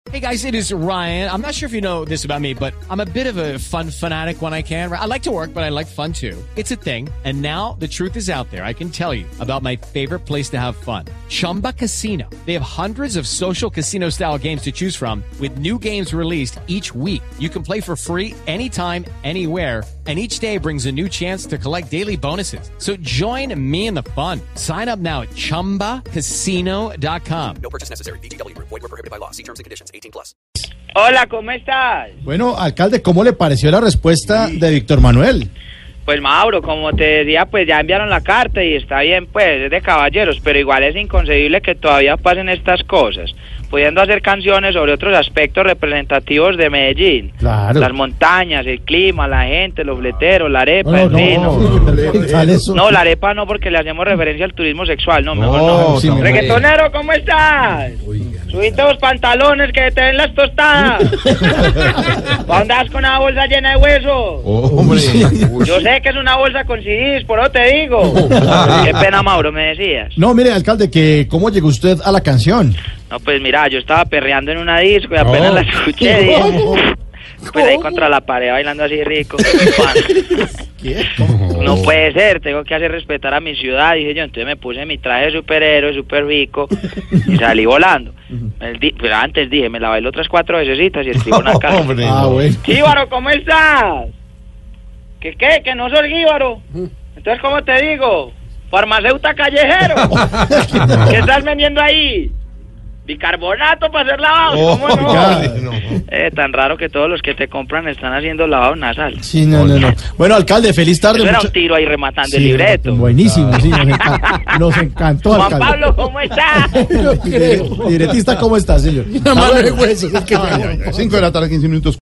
Hey guys, it is Ryan. I'm not sure if you know this about me, but I'm a bit of a fun fanatic when I can. I like to work, but I like fun too. It's a thing. And now the truth is out there. I can tell you about my favorite place to have fun. Chumba Casino. They have hundreds of social casino style games to choose from with new games released each week. You can play for free anytime, anywhere. And each day brings a new chance to collect daily bonuses. So join me in the fun. Sign up now at ChumbaCasino.com. No purchase necessary. VGW Group. Void where prohibited by law. See terms and conditions. 18+. Hola, ¿cómo estás? Bueno, alcalde, ¿cómo le pareció la respuesta de Víctor Manuel? Pues Mauro, como te decía, pues ya enviaron la carta y está bien, pues es de caballeros, pero igual es inconcebible que todavía pasen estas cosas, pudiendo hacer canciones sobre otros aspectos representativos de Medellín. Claro. Las montañas, el clima, la gente, los fleteros, la arepa, el vino. No, La arepa no, porque le hacemos referencia al turismo sexual, no, mejor No, no. sí, Reggaetonero, ¿cómo estás? Subiste los pantalones que te ven las tostadas. ¿Dónde vas con una bolsa llena de huesos? hombre. Yo sé que es una bolsa con CDs, por eso te digo. Qué pena, Mauro, me decías. No, mire, alcalde, que ¿cómo llegó usted a la canción? No, pues mira, yo estaba perreando en una disco y apenas la escuché, dije, pues ahí contra la pared bailando así rico. No puede ser, tengo que hacer respetar a mi ciudad, dije yo. Entonces me puse mi traje de superhéroe, súper rico, y salí volando. Pero antes dije, me la bailo otras 4 vecesitas y escribo una carta. Bueno. Jíbaro, ¿cómo estás? ¿Qué? ¿Que no sos Jíbaro? Entonces, ¿cómo te digo? Farmacéuta callejero. ¿Qué estás vendiendo ahí? Bicarbonato para hacer lavado. ¿Cómo no? Tan raro que todos los que te compran están haciendo lavado nasal. Sí, no. Bueno, alcalde, feliz tarde. Eso era un tiro ahí rematando el libreto. Buenísimo, sí, nos encantó, Juan alcalde. Pablo, ¿cómo estás? Libretista, ¿cómo está, señor? 5 de la tarde, 15 minutos.